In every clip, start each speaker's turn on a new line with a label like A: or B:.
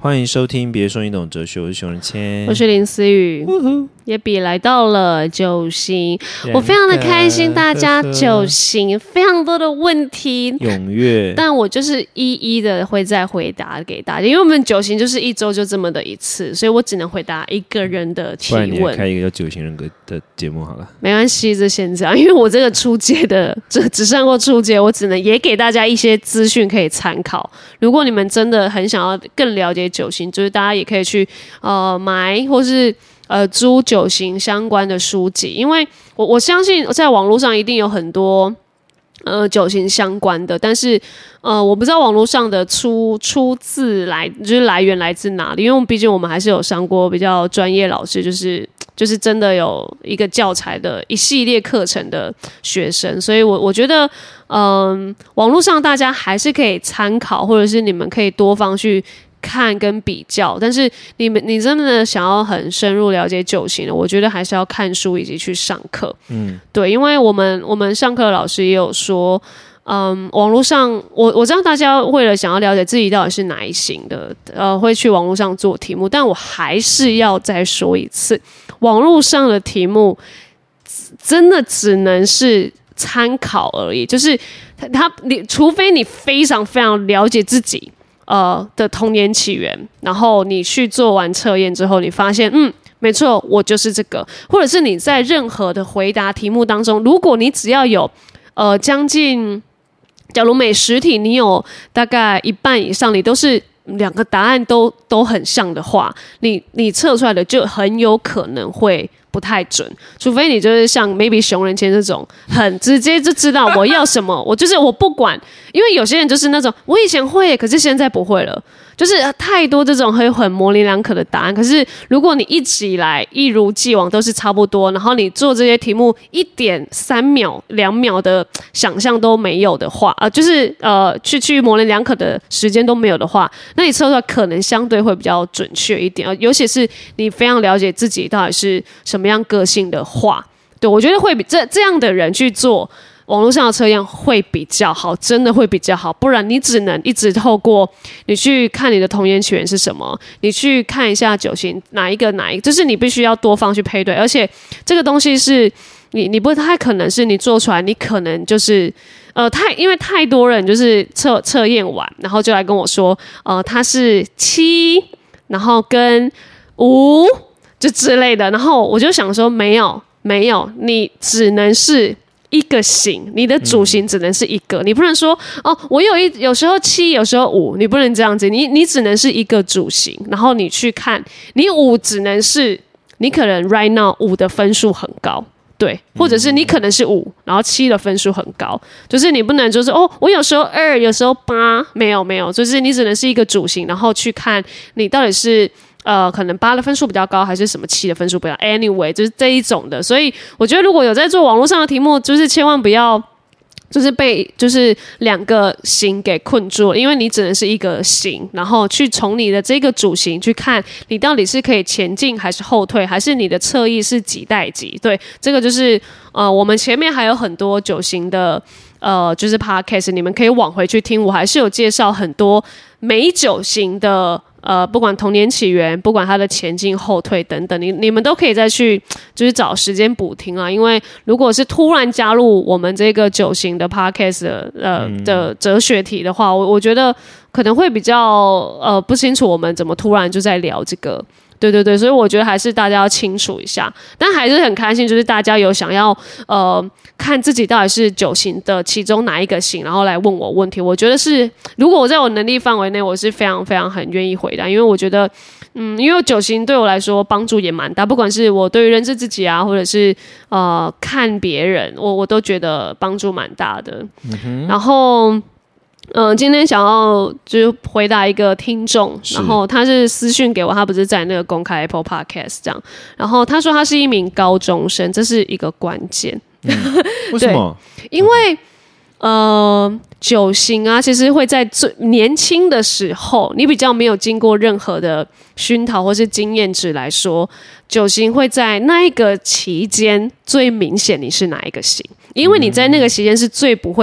A: 欢迎收听别说你懂哲学，我是熊仁谦，
B: 我是林思雨，也比来到了九型，我非常的开心，大家九型非常多的问题
A: 踊跃，
B: 但我就是一一的会再回答给大家，因为我们九型就是一周就这么的一次，所以我只能回答一个人的提问。
A: 不然你开一个叫九型人格的节目好了。
B: 没关系，就先这样，因为我这个初阶的只上过初阶，我只能也给大家一些资讯可以参考。如果你们真的很想要更了解九型，就是大家也可以去买或是租九型相关的书籍，因为我相信在网络上一定有很多九型相关的，但是我不知道网络上的出自就是来源来自哪里，因为毕竟我们还是有上过比较专业老师，就是真的有一个教材的一系列课程的学生，所以我觉得网络上大家还是可以参考，或者是你们可以多方去看跟比较，但是你真的想要很深入了解九型的，我觉得还是要看书以及去上课。对，因为我们上课的老师也有说，网络上我知道大家为了想要了解自己到底是哪一型的，会去网络上做题目，但我还是要再说一次，网络上的题目真的只能是参考而已，就是你除非你非常非常了解自己的童年起源，然后你去做完测验之后，你发现没错，我就是这个，或者是你在任何的回答题目当中，如果你只要有将近，假如每10题你有大概一半以上，你都是2个答案都很像的话，你测出来的就很有可能会不太准，除非你就是像 maybe 熊仁谦这种很直接就知道我要什么，我不管，因为有些人就是那种我以前会，可是现在不会了，就是太多这种很模棱两可的答案。可是如果你一直以来一如既往都是差不多，然后你做这些题目1.3秒、2秒的想象都没有的话，就是去模棱两可的时间都没有的话，那你测出来可能相对会比较准确一点，尤其是你非常了解自己到底是什么样个性的话，对，我觉得会比这样的人去做网络上的测验会比较好，真的会比较好，不然你只能一直透过你去看你的童年起源是什么，你去看一下九型哪一个，就是你必须要多方去配对，而且这个东西是你不太可能是你做出来，你可能就是因为太多人就是测验完，然后就来跟我说他是7，然后跟5就之类的，然后我就想说没有，你只能是一个型，你的主型只能是一个，你不能说我有时候7，有时候5，你不能这样子，你只能是一个主型，然后你去看，你5只能是你可能 right now 5的分数很高，对，或者是你可能是5，然后7的分数很高，就是你不能就是我有时候2，有时候8，没有，就是你只能是一个主型，然后去看你到底是可能8的分数比较高，还是什么7的分数比较 anyway， 就是这一种的。所以我觉得如果有在做网络上的题目，就是千万不要就是被就是2个型给困住了，因为你只能是一个型，然后去从你的这个主型去看你到底是可以前进还是后退，还是你的侧翼是几代几。对，这个就是我们前面还有很多9型的就是 podcast， 你们可以往回去听，我还是有介绍很多每9型的不管童年起源，不管它的前进后退等等，你们都可以再去就是找时间补听啊。因为如果是突然加入我们这个9型的 podcast 的哲学题的话，我觉得可能会比较不清楚我们怎么突然就在聊这个。对，所以我觉得还是大家要清楚一下，但还是很开心，就是大家有想要看自己到底是9型的其中哪一个型，然后来问我问题。我觉得是，如果我在我能力范围内，我是非常非常很愿意回答，因为我觉得，因为9型对我来说帮助也蛮大，不管是我对于认识自己啊，或者是看别人，我都觉得帮助蛮大的。然后。今天想要就是回答一个听众，然后他是私讯给我，他不是在那个公开 Apple Podcast 这样，然后他说他是一名高中生，这是一个关键。
A: 为什么？
B: 因为9型啊，其实会在最年轻的时候，你比较没有经过任何的熏陶或是经验值来说，9型会在那一个期间最明显你是哪一个型，因为你在那个期间是最不会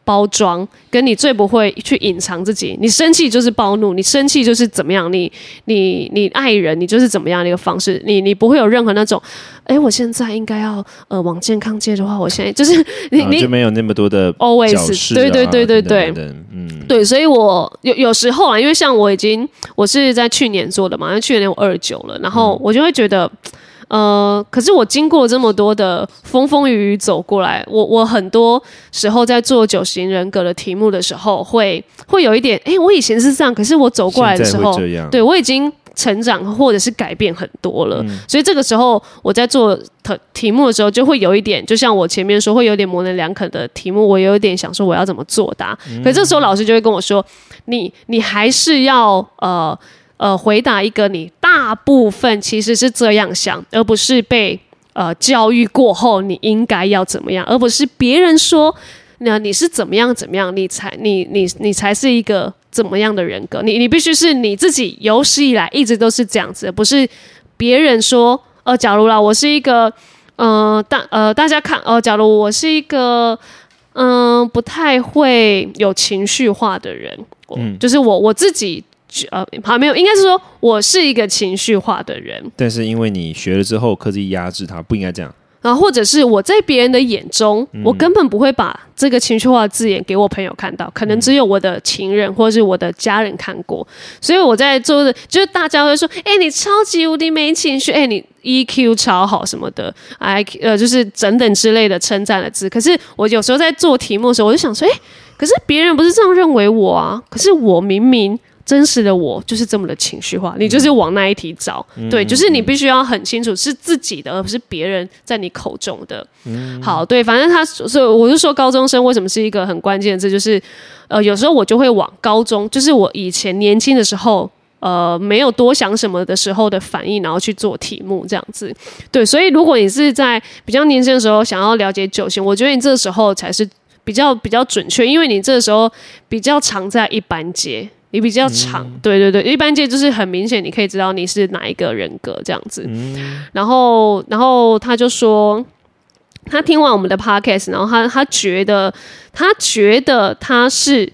B: 包装，跟你最不会去隐藏自己。你生气就是暴怒，你生气就是怎么样，你爱人，你就是怎么样的一个方式，你不会有任何那种，我现在应该要往健康街的话，我现在就是你
A: 就没有那么多的
B: always 对对，所以我有时候啊，因为像我是在去年做的嘛，因为去年我29了，然后我就会觉得。可是我经过这么多的风风雨雨走过来，我很多时候在做9型人格的题目的时候，会有一点，我以前是这样，可是我走过来的时候，对我已经成长或者是改变很多了，所以这个时候我在做题目的时候，就会有一点，就像我前面说，会有点模棱两可的题目，我有一点想说我要怎么作答，可是这时候老师就会跟我说，你还是要回答一个你大部分其实是这样想，而不是被教育过后你应该要怎么样，而不是别人说你是怎么样怎么样，你才是一个怎么样的人格，你必须是你自己有史以来一直都是这样子，而不是别人说假如啦，我是一个大家看假如我是一个不太会有情绪化的人，就是我自己。没有，应该是说我是一个情绪化的人，
A: 但是因为你学了之后刻意压制它，不应该这样。
B: 然后或者是我在别人的眼中，我根本不会把这个情绪化的字眼给我朋友看到，可能只有我的情人或者是我的家人看过。所以我在做的就是大家会说，你超级无敌没情绪，你 EQ 超好什么的，就是等等之类的称赞的字。可是我有时候在做题目的时候，我就想说，可是别人不是这样认为我啊，可是我明明。真实的我就是这么的情绪化，你就是往那一题找，对，就是你必须要很清楚是自己的，而不是别人在你口中的。好，对，反正所以我就说高中生为什么是一个很关键的字，就是有时候我就会往高中，就是我以前年轻的时候。没有多想什么的时候的反应，然后去做题目这样子，对，所以如果你是在比较年轻的时候想要了解9型，我觉得你这时候才是比较准确，因为你这时候比较常在一般阶。你比较长，对，一般界就是很明显，你可以知道你是哪一个人格这样子。然后他就说，他听完我们的 podcast， 然后他觉得他是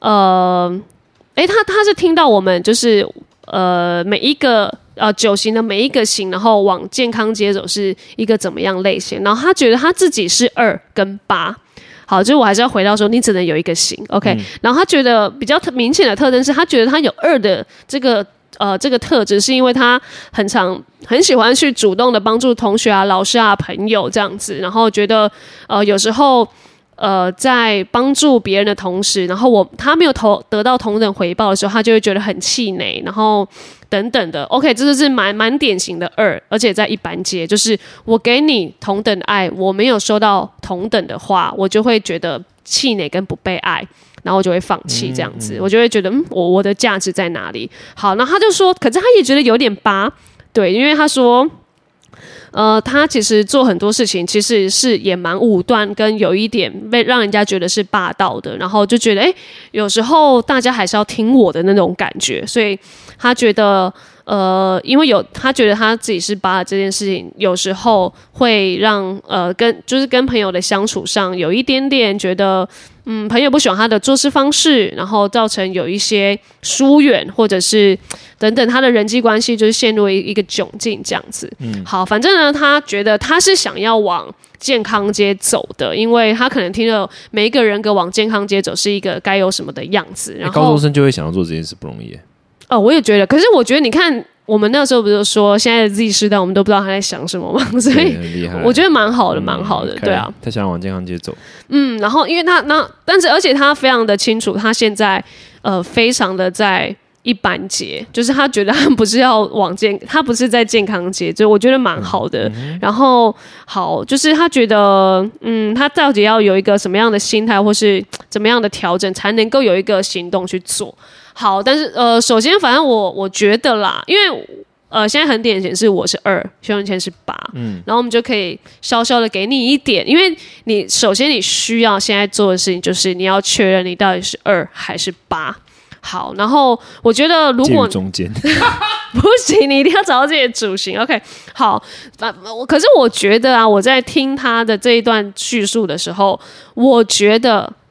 B: 他是听到我们就是每一个9型的每一个型，然后往健康街走是一个怎么样类型，然后他觉得他自己是2跟8。好，就是我还是要回到说，你只能有一个型 ，OK？然后他觉得比较明显的特征是，他觉得他有2的这个特质，是因为他很喜欢去主动的帮助同学啊、老师啊、朋友这样子，然后觉得有时候在帮助别人的同时，然后他没有得到同等回报的时候，他就会觉得很气馁，然后等等的。OK， 这就是蛮典型的2，而且在一般阶，就是我给你同等的爱，我没有收到同等的话，我就会觉得气馁跟不被爱，然后我就会放弃这样子，我就会觉得我的价值在哪里？好，然后他就说，可是他也觉得有点8，对，因为他说。他其实做很多事情，其实是也蛮武断，跟有一点被让人家觉得是霸道的，然后就觉得有时候大家还是要听我的那种感觉，所以他觉得因为他觉得他自己是8的这件事情，有时候会让跟朋友的相处上有一点点觉得。朋友不喜欢他的做事方式，然后造成有一些疏远，或者是等等，他的人际关系就是陷入一个窘境这样子。好，反正呢，他觉得他是想要往健康街走的，因为他可能听了每一个人格往健康街走是一个该有什么的样子。然后
A: 高中生就会想要做这件事不容易。
B: 我也觉得，可是我觉得你看。我们那时候不是说现在的 Z 世代我们都不知道他在想什么吗？所以我觉得蛮好的，蛮好的，对啊。
A: 他想往健康街走，
B: 然后因为但是而且他非常的清楚，他现在非常的在一般街，就是他觉得他不是要他不是在健康街，就我觉得蛮好的。然后好，就是他觉得他到底要有一个什么样的心态，或是怎么样的调整，才能够有一个行动去做。好，但是首先，反正我觉得啦，因为现在很典型是我是2，熊仁谦是8，然后我们就可以稍稍的给你一点，因为首先你需要现在做的事情就是你要确认你到底是2还是8。好，然后我觉得如果
A: 中间
B: 不行，你一定要找到自己的主型。OK， 好，可是我觉得啊，我在听他的这一段叙述的时候，我觉得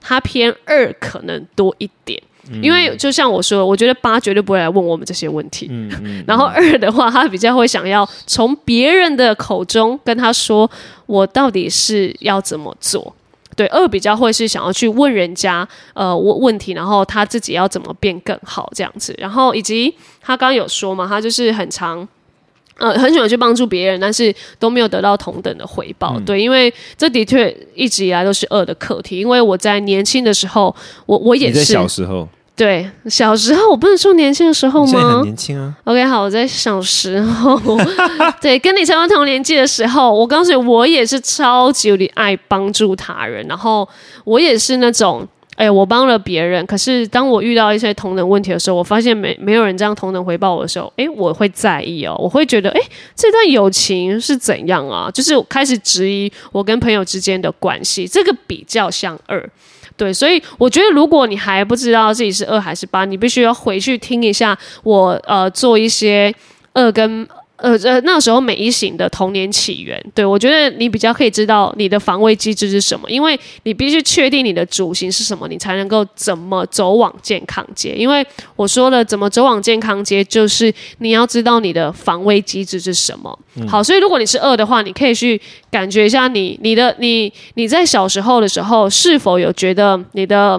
B: 它偏2可能多一点。因为就像我说的，我觉得8绝对不会来问我们这些问题，然后2的话，他比较会想要从别人的口中跟他说，我到底是要怎么做。对，2比较会是想要去问人家问题，然后他自己要怎么变更好这样子。然后以及他刚刚有说嘛，他就是很喜欢去帮助别人，但是都没有得到同等的回报。对，因为这的确一直以来都是2的课题。因为我在年轻的时候，我也是。
A: 你在小时候？
B: 对，小时候我不能说年轻的时候吗？
A: 你现在很年轻啊。
B: OK， 好，我在小时候，对，跟你差不多同年纪的时候，我告诉你，我也是超级有点爱帮助他人，然后我也是那种。我帮了别人，可是当我遇到一些同等问题的时候，我发现没有人这样同等回报我的时候，我会在意哦，我会觉得，这段友情是怎样啊？就是我开始质疑我跟朋友之间的关系，这个比较像2。对，所以我觉得如果你还不知道自己是2还是8，你必须要回去听一下我做一些2跟。那时候每一型的童年起源，对，我觉得你比较可以知道你的防卫机制是什么，因为你必须确定你的主型是什么，你才能够怎么走往健康街。因为我说了，怎么走往健康街，就是你要知道你的防卫机制是什么。好，所以如果你是2的话，你可以去感觉一下你在小时候的时候，是否有觉得你的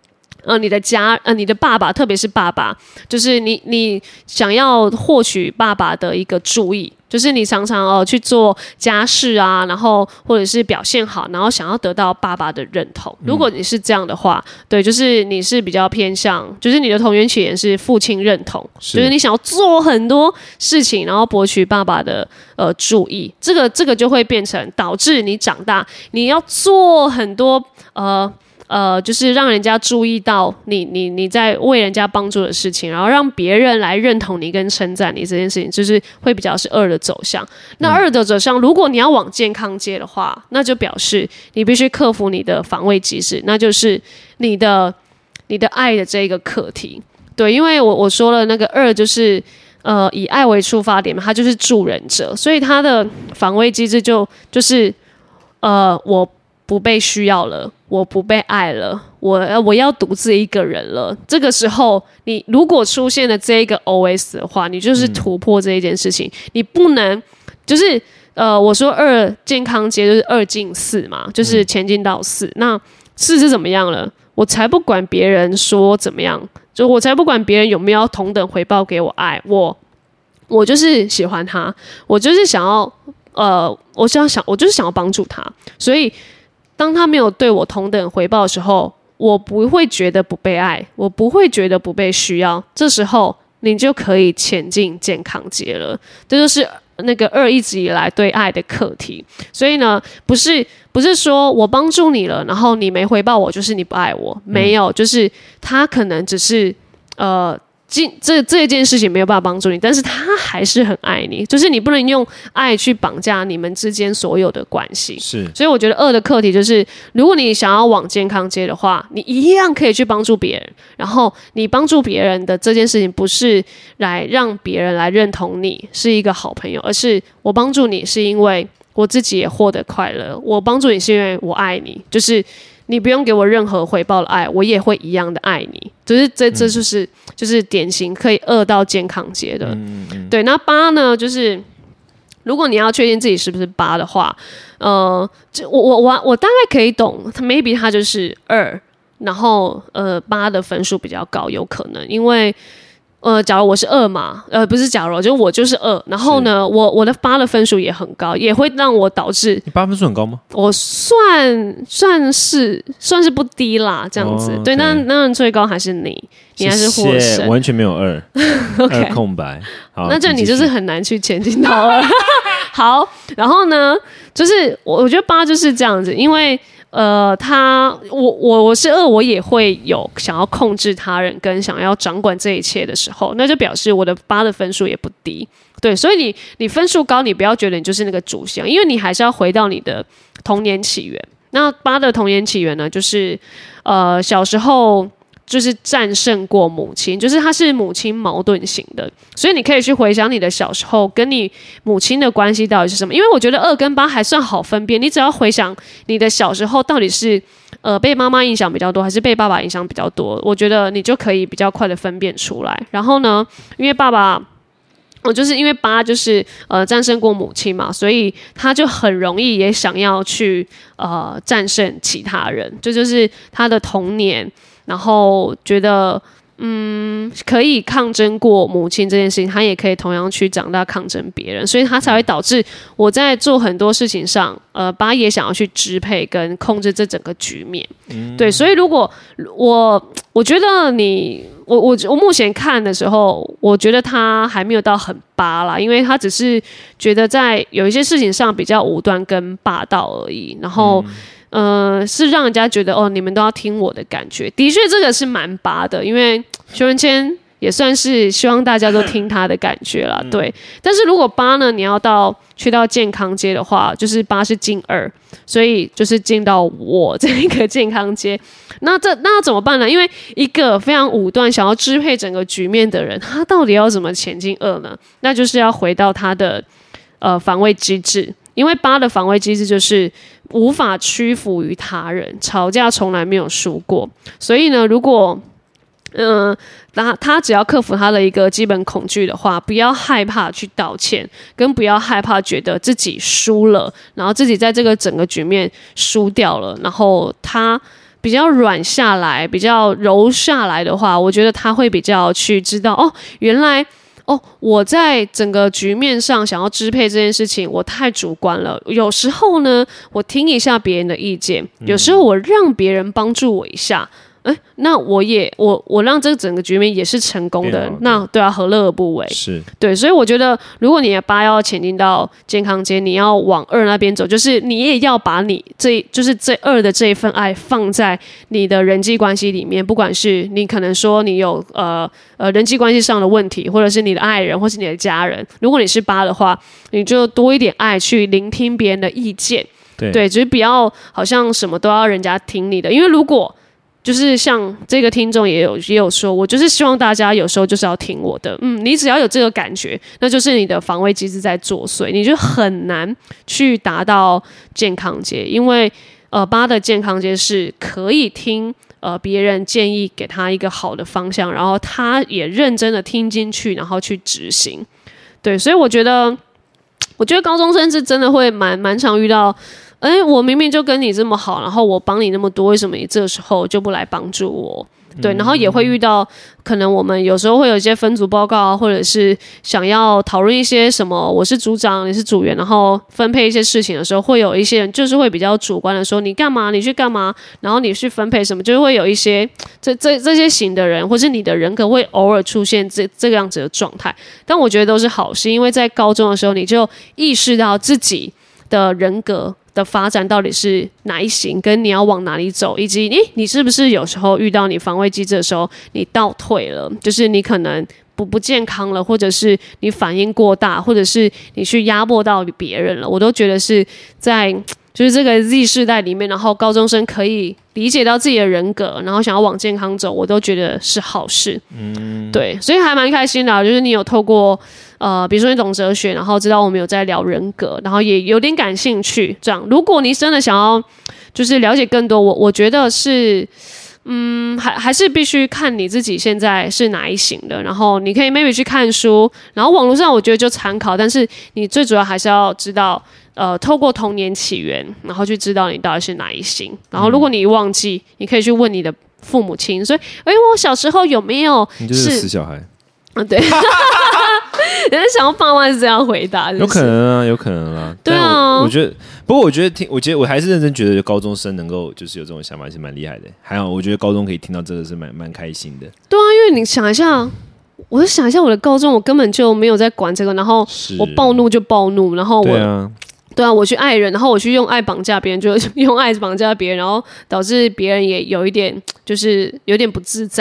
B: 爸爸，特别是爸爸，就是你想要获取爸爸的一个注意，就是你常常去做家事啊，然后或者是表现好，然后想要得到爸爸的认同。如果你是这样的话，对，就是你是比较偏向，就是你的童年起源是父亲认同，就是你想要做很多事情，然后博取爸爸的注意，这个就会变成导致你长大你要做很多就是让人家注意到你在为人家帮助的事情，然后让别人来认同你跟称赞你这件事情，就是会比较是2的走向。那2的走向，如果你要往健康街的话，那就表示你必须克服你的防卫机制，那就是你的爱的这个课题。对，因为我说了，那个2就是以爱为出发点嘛，他就是助人者，所以他的防卫机制就是我不被需要了，我不被爱了，我要独自一个人了。这个时候，你如果出现了这个 OS 的话，你就是突破这一件事情。你不能就是我说2健康街就是2进4嘛，就是前进到4。那4是怎么样了？我才不管别人说怎么样，就我才不管别人有没有同等回报给我爱，我就是喜欢他，我就是想要我就是想要帮助他，所以。当他没有对我同等回报的时候，我不会觉得不被爱，我不会觉得不被需要，这时候你就可以前进健康街了。这就是那个2一直以来对爱的课题。所以呢，不是说我帮助你了，然后你没回报我，就是你不爱我，没有，就是他可能只是这件事情没有办法帮助你，但是他还是很爱你，就是你不能用爱去绑架你们之间所有的关系。
A: 是，
B: 所以我觉得2的课题就是，如果你想要往健康街的话，你一样可以去帮助别人，然后你帮助别人的这件事情不是来让别人来认同你是一个好朋友，而是我帮助你是因为我自己也获得快乐，我帮助你是因为我爱你，就是你不用给我任何回报的爱，我也会一样的爱你。就是这就是典型可以2到健康街的。对，那8呢，就是如果你要确定自己是不是8的话，我大概可以懂 ，maybe 他就是2，然后8的分数比较高，有可能因为。假如我是2嘛，不是假如，就我就是2，然后呢，我的8的分数也很高，也会让我导致
A: 你8分数很高吗？
B: 我算是不低啦，这样子。对，那当然最高还是你还是获胜，
A: 完全没有2
B: ，OK，
A: 2空白。好，
B: 那你就是很难去前进到2。好，然后呢，就是我觉得8就是这样子，因为。我是2，我也会有想要控制他人跟想要掌管这一切的时候，那就表示我的8的分数也不低。对，所以你分数高，你不要觉得你就是那个主线，因为你还是要回到你的童年起源。那8的童年起源呢，就是小时候就是战胜过母亲，就是他是母亲矛盾型的，所以你可以去回想你的小时候跟你母亲的关系到底是什么。因为我觉得2跟8还算好分辨，你只要回想你的小时候到底是被妈妈影响比较多还是被爸爸影响比较多，我觉得你就可以比较快的分辨出来。然后呢，因为爸爸就是因为8就是战胜过母亲嘛，所以他就很容易也想要去战胜其他人，这就是他的童年，然后觉得可以抗争过母亲这件事情，他也可以同样去长大抗争别人，所以他才会导致我在做很多事情上8也想要去支配跟控制这整个局面。对，所以如果我觉得我目前看的时候，我觉得他还没有到很8啦，因为他只是觉得在有一些事情上比较武断跟霸道而已，然后是让人家觉得你们都要听我的感觉。的确这个是蛮8的，因为熊仁谦也算是希望大家都听他的感觉啦，对。但是如果8呢，你要去到健康街的话，就是8是进2，所以就是进到我这个健康街。那要怎么办呢？因为一个非常武断想要支配整个局面的人，他到底要怎么前进2呢？那就是要回到他的防卫机制。因为8的防卫机制就是无法屈服于他人，吵架从来没有输过。所以呢，如果他只要克服他的一个基本恐惧的话，不要害怕去道歉，跟不要害怕觉得自己输了，然后自己在这个整个局面输掉了，然后他比较软下来，比较柔下来的话，我觉得他会比较去知道原来我在整个局面上想要支配这件事情，我太主观了。有时候呢，我听一下别人的意见，有时候我让别人帮助我一下，那我让这整个局面也是成功的，那对啊，何乐而不为？是对，所以我觉得，如果你的8要前进到健康街，你要往2那边走，就是你也要把你这2的这一份爱放在你的人际关系里面，不管是你可能说你有人际关系上的问题，或者是你的爱人，或是你的家人，如果你是8的话，你就多一点爱去聆听别人的意见，对，就是不要好像什么都要人家听你的，因为如果就是像这个听众也有说，我就是希望大家有时候就是要听我的，你只要有这个感觉，那就是你的防卫机制在作祟，你就很难去达到健康街，因为8的健康街是可以听别人建议，给他一个好的方向，然后他也认真的听进去，然后去执行。对，所以我觉得高中生是真的会蛮常遇到。我明明就跟你这么好，然后我帮你那么多，为什么你这时候就不来帮助我？对，然后也会遇到，可能我们有时候会有一些分组报告啊，或者是想要讨论一些什么，我是组长，你是组员，然后分配一些事情的时候，会有一些人就是会比较主观的说你干嘛，你去干嘛，然后你去分配什么，就会有一些这些型的人，或是你的人格会偶尔出现这个样子的状态。但我觉得都是好事，因为在高中的时候你就意识到自己的人格的发展到底是哪一型，跟你要往哪里走，以及你是不是有时候遇到你防卫机制的时候你倒退了，就是你可能不健康了，或者是你反应过大，或者是你去压迫到别人了，我都觉得是在就是这个 Z 世代里面，然后高中生可以理解到自己的人格，然后想要往健康走，我都觉得是好事。对，所以还蛮开心的，就是你有透过比如说你懂哲学，然后知道我们有在聊人格，然后也有点感兴趣。这样，如果你真的想要就是了解更多，我觉得是还是必须看你自己现在是哪一型的，然后你可以 maybe 去看书，然后网络上我觉得就参考，但是你最主要还是要知道透过童年起源，然后去知道你到底是哪一型。然后如果你忘记，你可以去问你的父母亲，所以我小时候有没有
A: 你就是死小孩
B: 对人家想要爸妈是这样回答，
A: 有可能啊，有可能啊。
B: 对啊，
A: 我觉得，不过我觉得我还是认真觉得高中生能够就是有这种想法是蛮厉害的。还好，我觉得高中可以听到这个是蛮开心的。
B: 对啊，因为你想一下，我就想一下我的高中，我根本就没有在管这个，然后我暴怒就暴怒，然后对啊，我去爱人，然后我去用爱绑架别人，就用爱绑架别人，然后导致别人也有一点就是有点不自在。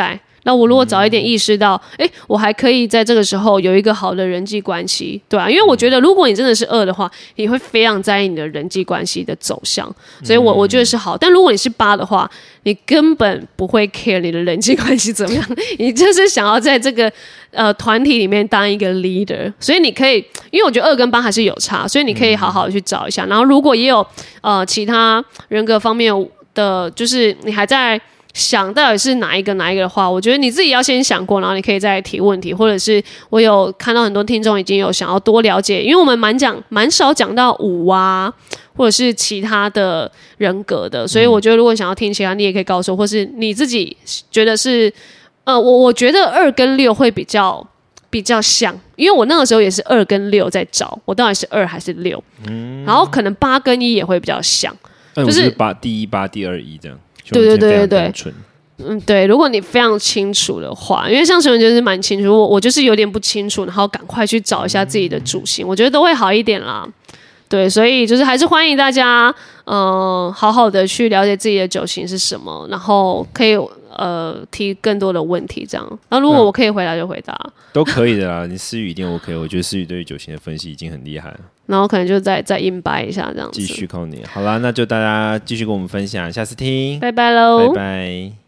B: 那我如果早一点意识到，我还可以在这个时候有一个好的人际关系，对啊，因为我觉得如果你真的是2的话，你会非常在意你的人际关系的走向，所以我觉得是好。但如果你是8的话，你根本不会 care 你的人际关系怎么样，你就是想要在这个团体里面当一个 leader， 所以你可以，因为我觉得2跟8还是有差，所以你可以好好的去找一下。然后如果也有其他人格方面的，就是你还在想到底是哪一个的话，我觉得你自己要先想过，然后你可以再提问题，或者是我有看到很多听众已经有想要多了解，因为我们蛮少讲到5啊，或者是其他的人格的，所以我觉得如果想要听其他，你也可以告诉我，或是你自己觉得是我觉得2跟6会比较像，因为我那个时候也是2跟6在找，我到底是2还是6，然后可能8跟1也会比较像，就是
A: 第一8第2 1这样。
B: 对，对，如果你非常清楚的话，因为像陈文就是蛮清楚，我就是有点不清楚，然后赶快去找一下自己的主星，我觉得都会好一点啦。对，所以就是还是欢迎大家，好好的去了解自己的9型是什么，然后可以提更多的问题，这样。然后如果我可以回答就回答，
A: 都可以的啦。你思雨一定 OK， 我觉得思雨对于9型的分析已经很厉害了。
B: 然后可能就再硬掰一下这样子。
A: 继续靠你。好啦，那就大家继续跟我们分享，下次听，
B: 拜拜喽，
A: 拜拜。